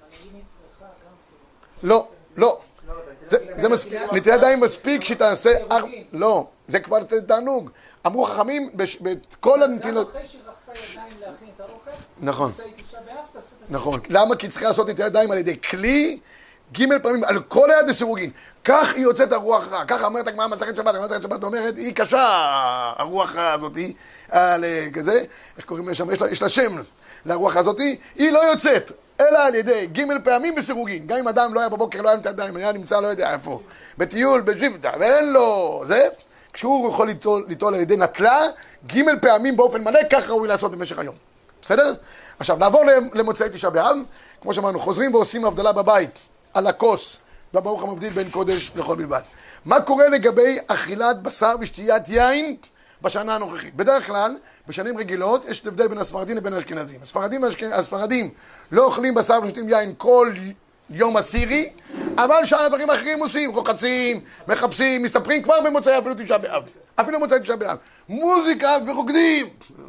לא. זה נטילת ידיים מספיק שתעשה... לא, זה כבר תענוג. אמרו חכמים, בכל הנטילות... גם אחרי שרחצה ידיים להכין את האוכל, נכון. מוצאי תשעה באב, תעשה... נכון. למה? כי צריכה לעשות נטילת ידיים על ידי כלי, ג' פעמים, על כל היד לסירוגין. כך היא יוצאת הרוח רע. ככה אומרת הגמרא מסכת שבת. הגמרא מסכת שבת אומרת, היא קשה, הרוח רע הזאתי, כזה, איך קוראים לה שם? יש לה שם לרוח הזאתי, היא לא יוצאת, אלא על ידי ג' פעמים בסירוגין. גם אם אדם לא היה בבוקר, לא היה נמצא ידיים, היה נמצא לא יודע איפה, בטיול, בשבטה, ואין לו, זה, כשהוא יכול ליטול על ידי נטלה, ג' פעמים באופן מלא, כך ראוי לעשות במשך היום. בסדר? עכשיו, נעבור למוצאי תשעה באב. כמו שאמרנו, חוזרים ועושים הבדלה בבית על הכוס, והברוך המבדיל בין קודש לחול בלבד. מה קורה לגבי אכילת בשר ושתיית יין בשנה הנוכחית? בדרך כלל, בשנים רגילות, יש הבדל בין הספרדים לבין האשכנזים. הספרדים לא אוכלים בשר ושתים יין כל יום עשירי, אבל שאר הדברים האחרים עושים, רוחצים, מחפשים, מסתפרים כבר במוצאי אפילו תשעה באב. אפילו מוצאי תשעה באב. מוזיקה ורוקדים.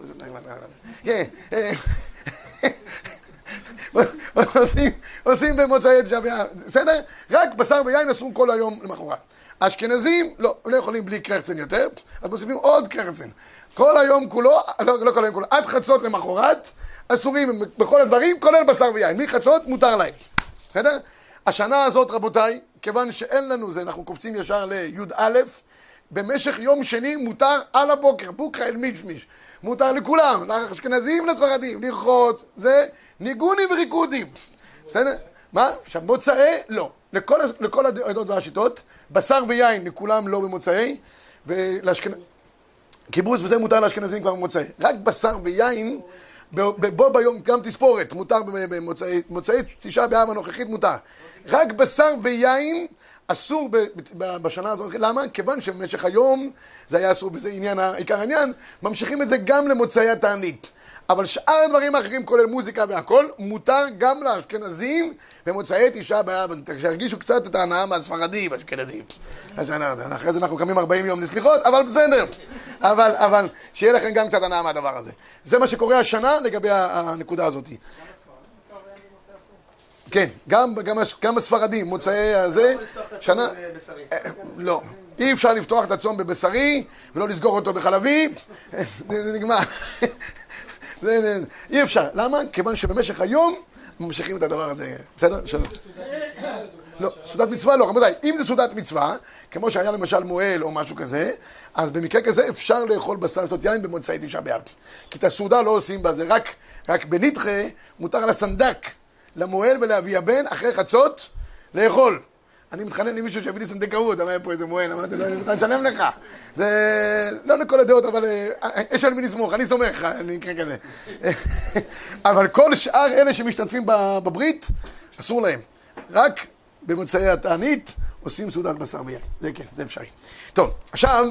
עושים במוצאי תשעה באב. בסדר? רק בשר ויין אסור כל היום למחרת. האשכנזים לא יכולים בלי קרחצן יותר, אז מוסיפים עוד קרחצן. כל היום כולו, לא כל היום כולו, עד חצות למחרת, אסורים בכל הדברים, כולל בשר ויין. מחצות מותר להם. בסדר? השנה הזאת, רבותיי, כיוון שאין לנו זה, אנחנו קופצים ישר לי"א, במשך יום שני מותר על הבוקר, בוקר אל מישמיש. מותר לכולם, לאשכנזים לספרדים, לרחוץ, זה ניגונים וריקודים. בסדר? מה? עכשיו, מוצאי, לא. לכל העדות והשיטות, בשר ויין לכולם לא במוצאי, כיבוס וזה מותר לאשכנזים כבר במוצאי. רק בשר ויין, בו ביום גם תספורת, מותר במוצאי תשעה באב הנוכחית מותר. רק בשר ויין אסור בשנה הזאת. למה? כיוון שבמשך היום זה היה אסור, וזה עיקר העניין, ממשיכים את זה גם למוצאי התענית. אבל שאר הדברים האחרים, כולל מוזיקה והכל, מותר גם לאשכנזים במוצאי תשעה באב. שירגישו קצת את ההנאה מהספרדים, האשכנזים. אחרי זה אנחנו קמים 40 יום לסליחות, אבל בסדר. אבל שיהיה לכם גם קצת הנאה מהדבר הזה. זה מה שקורה השנה לגבי הנקודה הזאת. כן, גם הספרדים, מוצאי הזה, שנה... לא. אי אפשר לפתוח את הצום בבשרי ולא לסגור אותו בחלבי. זה נגמר. אי אפשר. למה? כיוון שבמשך היום ממשיכים את הדבר הזה. בסדר? לא, סעודת מצווה לא. רבותיי, אם זה סעודת מצווה, כמו שהיה למשל מועל או משהו כזה, אז במקרה כזה אפשר לאכול בשר ושתות יין במוצאי תשעה באב. כי את הסעודה לא עושים בה, זה רק בנדחה מותר לסנדק, למועל ולאבי הבן אחרי חצות לאכול. אני מתחנן למישהו שיביא לי סנדקאות, אמר פה איזה מועל, אמרתי לו, אני מתחנן לשלם לך. זה לא לכל הדעות, אבל יש על מי לסמוך, אני סומך, אני מקרה כזה. אבל כל שאר אלה שמשתתפים בברית, אסור להם. רק במוצאי התענית עושים סעודת בשר ויין. זה כן, זה אפשרי. טוב, עכשיו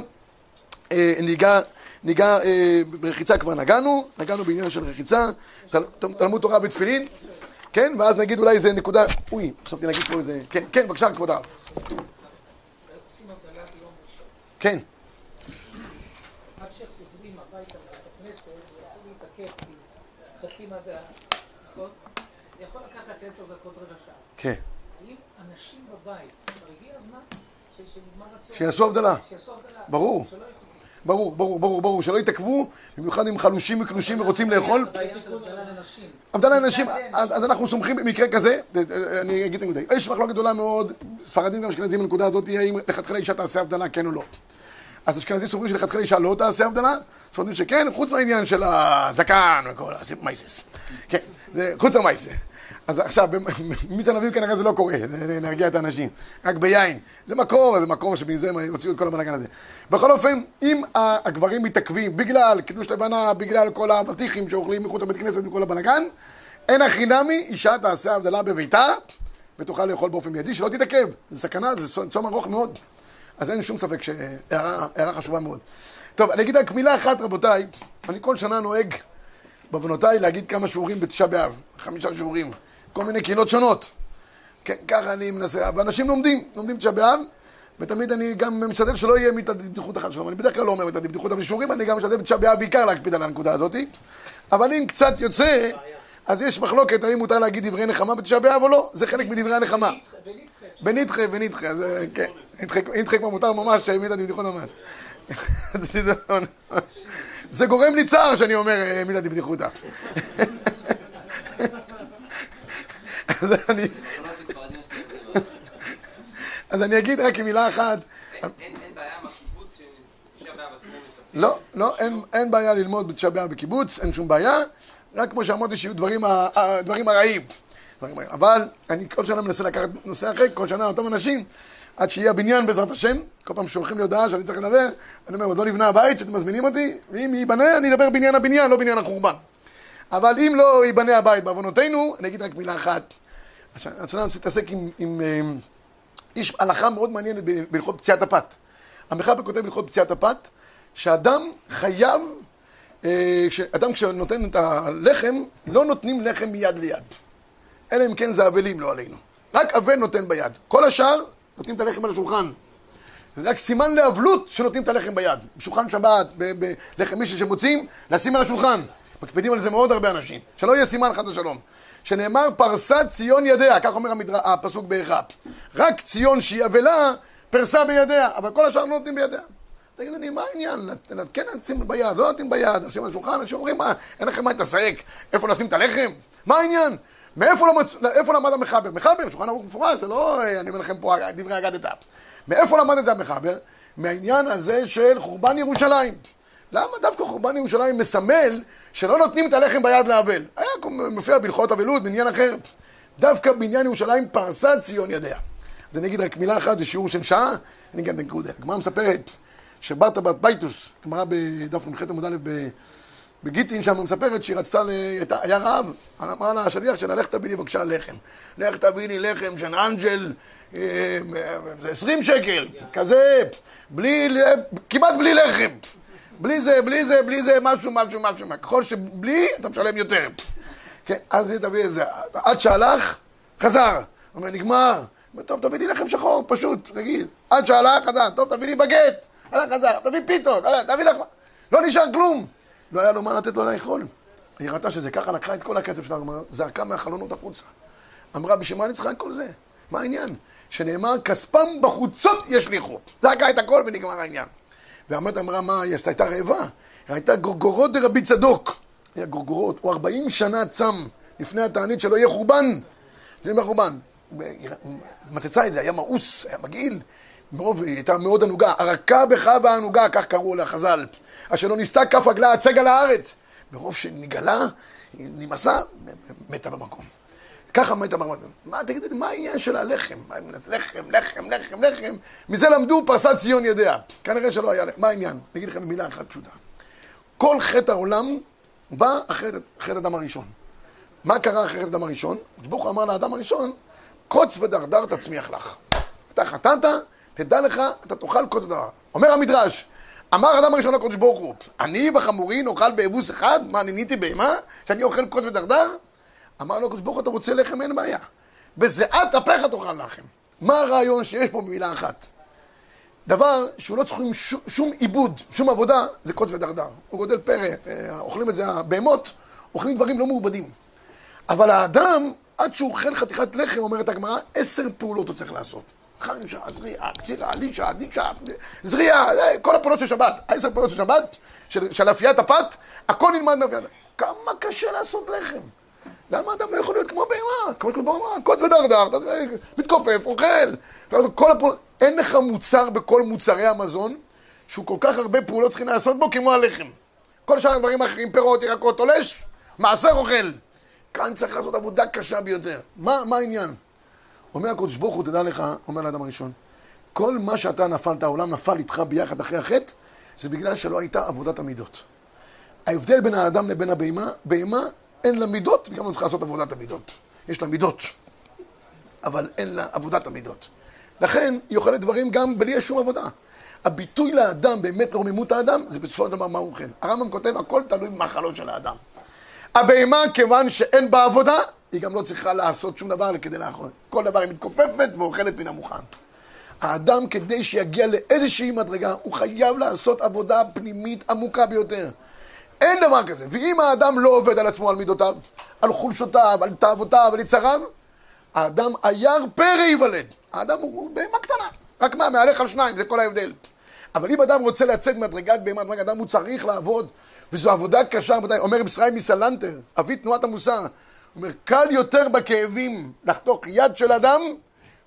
ניגע ברחיצה כבר נגענו בעניין של רחיצה, תלמוד תורה ותפילין. כן, ואז נגיד אולי איזה נקודה, חשבתי להגיד פה איזה, כן, בבקשה, כבוד הרב. עושים הבדלה ביום ראשון. כן. עד שחוזרים הביתה לכנסת, זה יכול להתעכב, כי מחכים עד נכון? זה יכול לקחת 10 דקות רבע שעה. כן. האם אנשים בבית, כבר הגיע הזמן שנגמר הצום? שיעשו הבדלה. שיעשו הבדלה. ברור. שלא יחכו. ברור, שלא יתעכבו, במיוחד עם חלושים וקלושים ורוצים לאכול. הבדלה לנשים. הבדלה לנשים, אז אנחנו סומכים במקרה כזה, אני אגיד את זה, יש מחלוקת גדולה מאוד, ספרדים גם אשכנזים בנקודה הזאת, האם לכתחילה אישה תעשה הבדלה, כן או לא. אז אשכנזים סומכים שלכתחילה אישה לא תעשה הבדלה, ספרדים שכן, חוץ מהעניין של הזקן וכל המייסס. כן, חוץ מהמייסס. אז עכשיו, במיץ ענבים כנראה זה לא קורה, להרגיע את האנשים, רק ביין. זה מקור שבזה הוציאו את כל המלאגן הזה. בכל אופן, אם הגברים מתעכבים בגלל קידוש לבנה, בגלל כל האבטיחים שאוכלים מחוץ לבית כנסת וכל המלאגן, אין הכי נמי, אישה תעשה הבדלה בביתה, ותוכל לאכול באופן מיידי, שלא תתעכב. זה סכנה, זה צום ארוך מאוד. אז אין שום ספק שהערה חשובה מאוד. טוב, אני אגיד רק מילה אחת, רבותיי. אני כל שנה נוהג בבנותיי להגיד כמה שיעורים בתשעה באב, 5 שיעורים. כל מיני קהילות שונות. כן, ככה אני מנסה, ואנשים לומדים תשעה באב, ותמיד אני גם משתדל שלא יהיה מיתת בדיחות אחת שלום. אני בדרך כלל לא אומר מיתת בדיחות, אבל שיעורים אני גם משתדל בתשעה באב בעיקר להקפיד על הנקודה הזאת. אבל אם קצת יוצא, אז יש מחלוקת, האם מותר להגיד דברי נחמה בתשעה באב או לא? זה חלק מדברי הנחמה. בנדחה, אז כן, נדחה כבר מותר ממש, מיתת בדיחות ממש. זה גורם לי צער שאני אומר מיתת בדיחותה. אז אני... אז אני אגיד רק מילה אחת. אין בעיה עם הקיבוץ שתשעה באב עצמו מצפים? לא, אין בעיה ללמוד בתשעה באב בקיבוץ, אין שום בעיה. רק כמו שאמרתי שיהיו דברים הרעים. אבל אני כל שנה מנסה לקחת נושא אחר, כל שנה אותם אנשים, עד שיהיה הבניין בעזרת השם. כל פעם שולחים לי הודעה שאני צריך לדבר, אני אומר, עוד לא נבנה הבית שאתם מזמינים אותי, ואם ייבנה, אני אדבר בניין הבניין, לא בניין החורבן. אבל אם לא ייבנה הבית בעוונותינו, אני אגיד רק מילה אחת. השנה אני רוצה להתעסק עם איש הלכה מאוד מעניינת בהלכות פציעת הפת. המחבר כותב בהלכות פציעת הפת, שאדם חייב, אדם כשנותן את הלחם, לא נותנים לחם מיד ליד. אלא אם כן זה אבלים, לא עלינו. רק אבל נותן ביד. כל השאר נותנים את הלחם על השולחן. זה רק סימן לאבלות שנותנים את הלחם ביד. בשולחן שבת, בלחם מישהו שמוצאים, לשים על השולחן. מקפידים על זה מאוד הרבה אנשים. שלא יהיה סימן חד ושלום. שנאמר פרסת ציון ידיה, כך אומר הפסוק באיכה. רק ציון שהיא אבלה, פרסה בידיה, אבל כל השאר לא נותנים בידיה. תגידו לי, מה העניין? כן נשים ביד, לא נותנים ביד, נשים על השולחן, אנשים אומרים, מה, אין לכם מה להתעסק? איפה נשים את הלחם? מה העניין? מאיפה למד המחבר? מחבר, שולחן ערוך מפורש, זה לא, אני אומר לכם פה דברי אגדתא. מאיפה למד את זה המחבר? מהעניין הזה של חורבן ירושלים. למה דווקא חורבן ירושלים מסמל שלא נותנים את הלחם ביד לאבל? היה מופיע בהלכות אבלות, בעניין אחר. דווקא בעניין ירושלים פרסת ציון ידיה. אז אני אגיד רק מילה אחת, זה שיעור של שעה, אני אגיד נקודה. הגמרא מספרת שברתא בת בייטוס, גמרא בדף נ"ח עמוד א' בגיטין, שם מספרת שהיא רצתה, היה רעב, אמרה לה השליח שלה, לך תביא לי בבקשה לחם. לך תביא לי לחם של אנג'ל, זה 20 שקל, כזה, כמעט בלי לחם. בלי זה, משהו. ככל שבלי, אתה משלם יותר. כן, אז היא תביא את זה. עד שהלך, חזר. הוא אומר, נגמר. טוב, תביא לי לחם שחור, פשוט, תגיד. עד שהלך, חזר. טוב, תביא לי בגט. הלך, חזר. תביא פיתות. תביא לך... לא נשאר כלום. לא היה לו מה לתת לו לאכול. היא ראתה שזה ככה, לקחה את כל הכסף שלה, זרקה מהחלונות החוצה. אמרה, בשביל מה אני צריכה את כל זה? מה העניין? שנאמר, כספם בחוצות ישליכו. זרקה את הכל ונגמר העניין. ואמרת, אמרה, מה, היא הייתה רעבה? היא הייתה גורגורות דרבי צדוק. היה גורגורות, הוא 40 שנה צם לפני התענית שלא יהיה חורבן. שלא יהיה חורבן. מצצה את זה, היה מאוס, היה מגעיל. היא הייתה מאוד ענוגה. הרכה בך והענוגה, כך קראו לה חז"ל. אשר לא ניסתה כף רגלה הצג על הארץ. ברוב שנגלה, היא נמסה, מתה במקום. ככה מתה במקום. מה, תגידו לי, מה העניין של הלחם? לחם. מזה למדו פרסת ציון ידיה. כנראה שלא היה, מה העניין? אני אגיד לכם מילה אחת פשוטה. כל חטא העולם בא אחרי חטא אדם הראשון. מה קרה אחרי חטא אדם הראשון? ברוך אמר לאדם הראשון, קוץ ודרדר תצמיח לך. אתה חטאת, תדע לך, אתה תאכל קוץ ודרדר. אומר המדרש, אמר אדם הראשון לקדוש ברוך הוא, אני וחמורי נאכל באבוס אחד, מה, אני ניתי בהמה? שאני אוכל קוץ ודרדר? אמר לו הקדוש ברוך הוא, אתה רוצה לחם, אין בעיה. בזיעת אפיך תאכל לחם. מה הרעיון שיש פה במילה אחת? דבר שהוא לא צריכים שום עיבוד, שום עבודה, זה קוץ ודרדר. הוא גודל פרא, אוכלים את זה הבהמות, אוכלים דברים לא מעובדים. אבל האדם, עד שהוא אוכל חתיכת לחם, אומרת הגמרא, 10 פעולות הוא צריך לעשות. חרישה, זריעה, קצירה, לישה, דישה, זריעה, כל הפעולות של שבת. 10 פעולות של שבת, של אפיית הפת, הכל נלמד מאפיית הפת. כמה קשה לעשות לחם? למה אדם לא יכול להיות כמו בהמה? כמו בהמה, קוץ ודרדר, מתכופף, אוכל. אין לך מוצר בכל מוצרי המזון, שהוא כל כך הרבה פעולות צריכים לעשות בו כמו הלחם. כל שאר הדברים אחרים, פירות, ירקות, תולש, מעשר אוכל. כאן צריך לעשות עבודה קשה ביותר. מה העניין? אומר הקדוש ברוך הוא, תדע לך, אומר לאדם הראשון, כל מה שאתה נפלת, העולם נפל איתך ביחד אחרי החטא, זה בגלל שלא הייתה עבודת המידות. ההבדל בין האדם לבין הבהמה, בהמה אין לה מידות, וגם לא צריכה לעשות עבודת המידות. יש לה מידות, אבל אין לה עבודת המידות. לכן היא אוכלת דברים גם בלי שום עבודה. הביטוי לאדם, באמת לרוממות האדם, זה בסופו של דבר מה הוא אוכל. הרמב"ם כותב, הכל תלוי במאכלות של האדם. הבהמה, כיוון שאין בה עבודה, היא גם לא צריכה לעשות שום דבר כדי לאכול. כל דבר היא מתכופפת ואוכלת מן המוכן. האדם, כדי שיגיע לאיזושהי מדרגה, הוא חייב לעשות עבודה פנימית עמוקה ביותר. אין דבר כזה. ואם האדם לא עובד על עצמו, על מידותיו, על חולשותיו, על תאוותיו, על יצריו, האדם אייר פרא ייוולד. האדם הוא בהמה קטנה. רק מה, מהלך על 2, זה כל ההבדל. אבל אם אדם רוצה לצאת מדרגת בהמה, אדם הוא צריך לעבוד, וזו עבודה קשה. אומר ישראל מסלנטר, אבי תנועת המוסר, הוא אומר, קל יותר בכאבים לחתוך יד של אדם,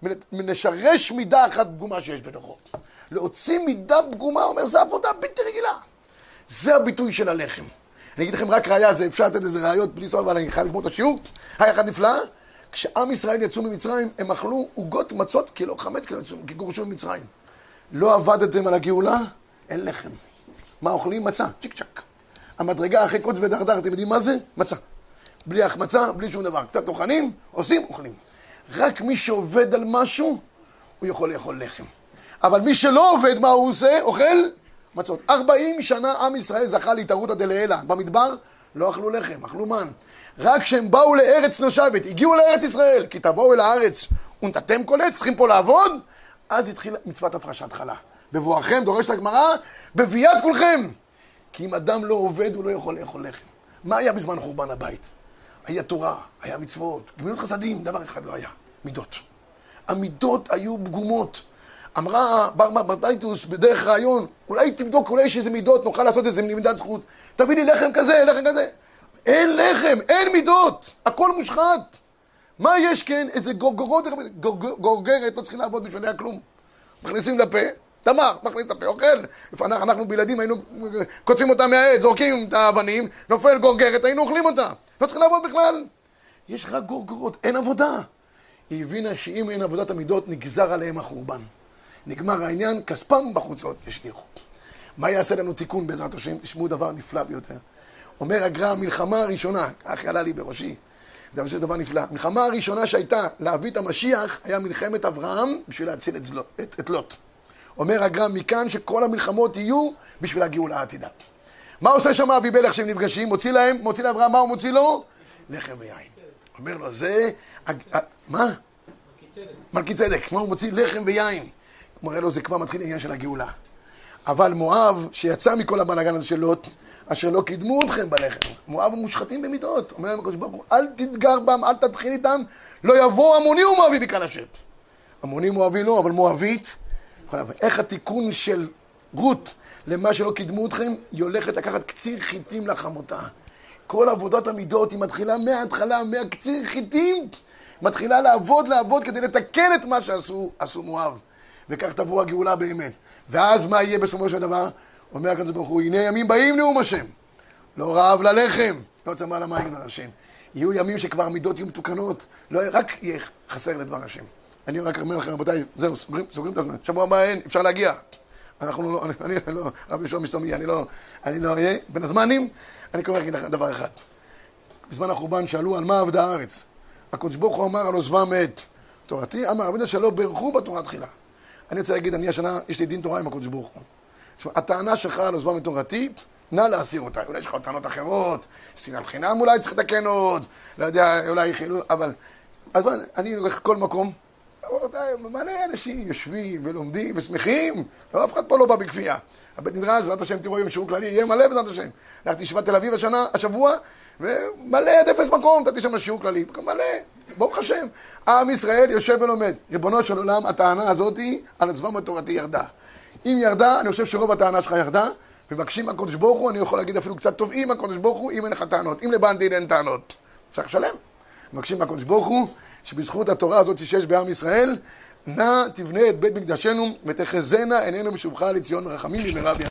מנשרש מידה אחת פגומה שיש בתוכו. להוציא מידה פגומה, אומר, זה עבודה בלתי רגילה. זה הביטוי של הלחם. אני אגיד לכם רק ראיה, זה אפשר לתת איזה ראיות בלי סוף, אבל אני חייב לגמור את השיעור. היה אחד נפלא, כשעם ישראל יצאו ממצרים, הם אכלו עוגות מצות, קילו חמץ, כי גורשו ממצרים. לא עבדתם על הגאולה, אין לחם. מה אוכלים? מצה, צ'יק צ'ק. המדרגה אחרי קוץ ודרדר, אתם יודעים מה זה? מצה. בלי החמצה, בלי שום דבר. קצת טוחנים, עושים, אוכלים. רק מי שעובד על משהו, הוא יכול לאכול לחם. אבל מי שלא עובד, מה הוא עושה? אוכל מצות. 40 שנה עם ישראל זכה להתערותא דלעילא. במדבר לא אכלו לחם, אכלו מן. רק כשהם באו לארץ נושבת, הגיעו לארץ ישראל, כי תבואו אל הארץ ונתתם כל עת, צריכים פה לעבוד, אז התחילה מצוות הפרשת חלה. בבואכם, דורשת הגמרא, בביאת כולכם. כי אם אדם לא עובד, הוא לא יכול לאכול לחם. מה היה בזמן חורבן הבית? היה תורה, היה מצוות, גמילות חסדים, דבר אחד לא היה, מידות. המידות היו פגומות. אמרה ברטיטוס בדרך רעיון, אולי תבדוק, אולי יש איזה מידות, נוכל לעשות איזה מידת זכות. תביא לי לחם כזה, לחם כזה. אין לחם, אין מידות, הכל מושחת. מה יש כן? איזה גורגרת, לא צריכים לעבוד בשביליה כלום. מכניסים לפה, תמר, מכניס לפה, אוכל. אנחנו בילדים היינו קוטפים אותה מהעץ, זורקים את האבנים, נופל גורגרת, היינו אוכלים אותה. לא צריכים לעבוד בכלל. יש רק גורגרות, אין עבודה. היא הבינה שאם אין עבודת המידות, נגזר עליהם החורבן. נגמר העניין, כספם בחוצות ישליכו. מה יעשה לנו תיקון בעזרת השם? תשמעו דבר נפלא ביותר. אומר הגר"א, המלחמה הראשונה, כך עלה לי בראשי, זה דבר נפלא. המלחמה הראשונה שהייתה להביא את המשיח, היה מלחמת אברהם בשביל להציל את לוט. אומר הגר"א, מכאן שכל המלחמות יהיו בשביל הגאולה העתידה. מה עושה שם אבימלך שהם נפגשים? מוציא לאברהם, מה הוא מוציא לו? לחם ויין. אומר לו, זה... מה? מלכי צדק. מה הוא מוציא? לחם ויין. הוא מראה לו, זה כבר מתחיל העניין של הגאולה. אבל מואב, שיצא מכל הבלגן הזה של לוט, אשר לא קידמו אתכם בלחם. מואב מושחתים במידות. אומר להם הקדוש ברוך הוא, אל תתגר בם, אל תתחיל איתם, לא יבוא עמוני ומואבי בקהל השם. עמוני מואבי לא, אבל מואבית. איך התיקון של רות למה שלא קידמו אתכם, היא הולכת לקחת קציר חיטים לחמותה. כל עבודת המידות היא מתחילה מההתחלה, מהקציר חיטים, מתחילה לעבוד כדי לתקן את מה שעשו מואב. וכך תבוא הגאולה באמת. ואז מה יהיה בסופו של דבר? אומר הקדוש ברוך הוא, הנה ימים באים נאום השם. לא רעב ללחם, לא צמא למים על השם. יהיו ימים שכבר המידות יהיו מתוקנות, לא רק יהיה חסר לדבר השם. אני רק אומר לכם, רבותיי, זהו, סוגרים את הזמן. שבוע הבא אין, אפשר להגיע. אני לא, רבי יהושע משתומי, אני לא אהיה. בין הזמנים, אני כבר אגיד לכם דבר אחד. בזמן החורבן שאלו על מה עבדה הארץ. הקדוש ברוך הוא אמר על עוזבם את תורתי, אמר רבנו שלא ברכו בתורה תחילה. אני רוצה להגיד, אני השנה, יש לי דין תורה עם הקדוש ברוך הוא. הטענה שלך על עוזבם את תורתי, נא להסיר אותה. אולי יש לך טענות אחרות, שנאת חינם אולי צריך לתקן עוד, לא יודע, אולי חילו, אבל... אז אני הולך כל מקום, מלא אנשים יושבים ולומדים ושמחים, לא, אף אחד פה לא בא בכפייה. הבית נדרש, בעזרת השם תראו יום שיעור כללי, יהיה מלא בעזרת השם. הלכתי ישיבת תל אביב השבוע, ומלא עד אפס מקום, נתתי שם שיעור כללי, מלא, ברוך השם. עם ישראל יושב ולומד. ריבונו של עולם, הטענה הזאת על עוזבם את תורתי ירדה. אם ירדה, אני חושב שרוב הטענה שלך ירדה, מבקשים מהקדוש ברוך הוא, אני יכול להגיד אפילו קצת טובים מהקדוש ברוך הוא, אם אין לך טענות. אם לבעל דין אין טענות, צריך לשלם. מבקשים מהקדוש ברוך הוא, שבזכות התורה הזאת שיש בעם ישראל, נא תבנה את בית מקדשנו ותחזינה עינינו בשובך לציון רחמים במהרה בימינו.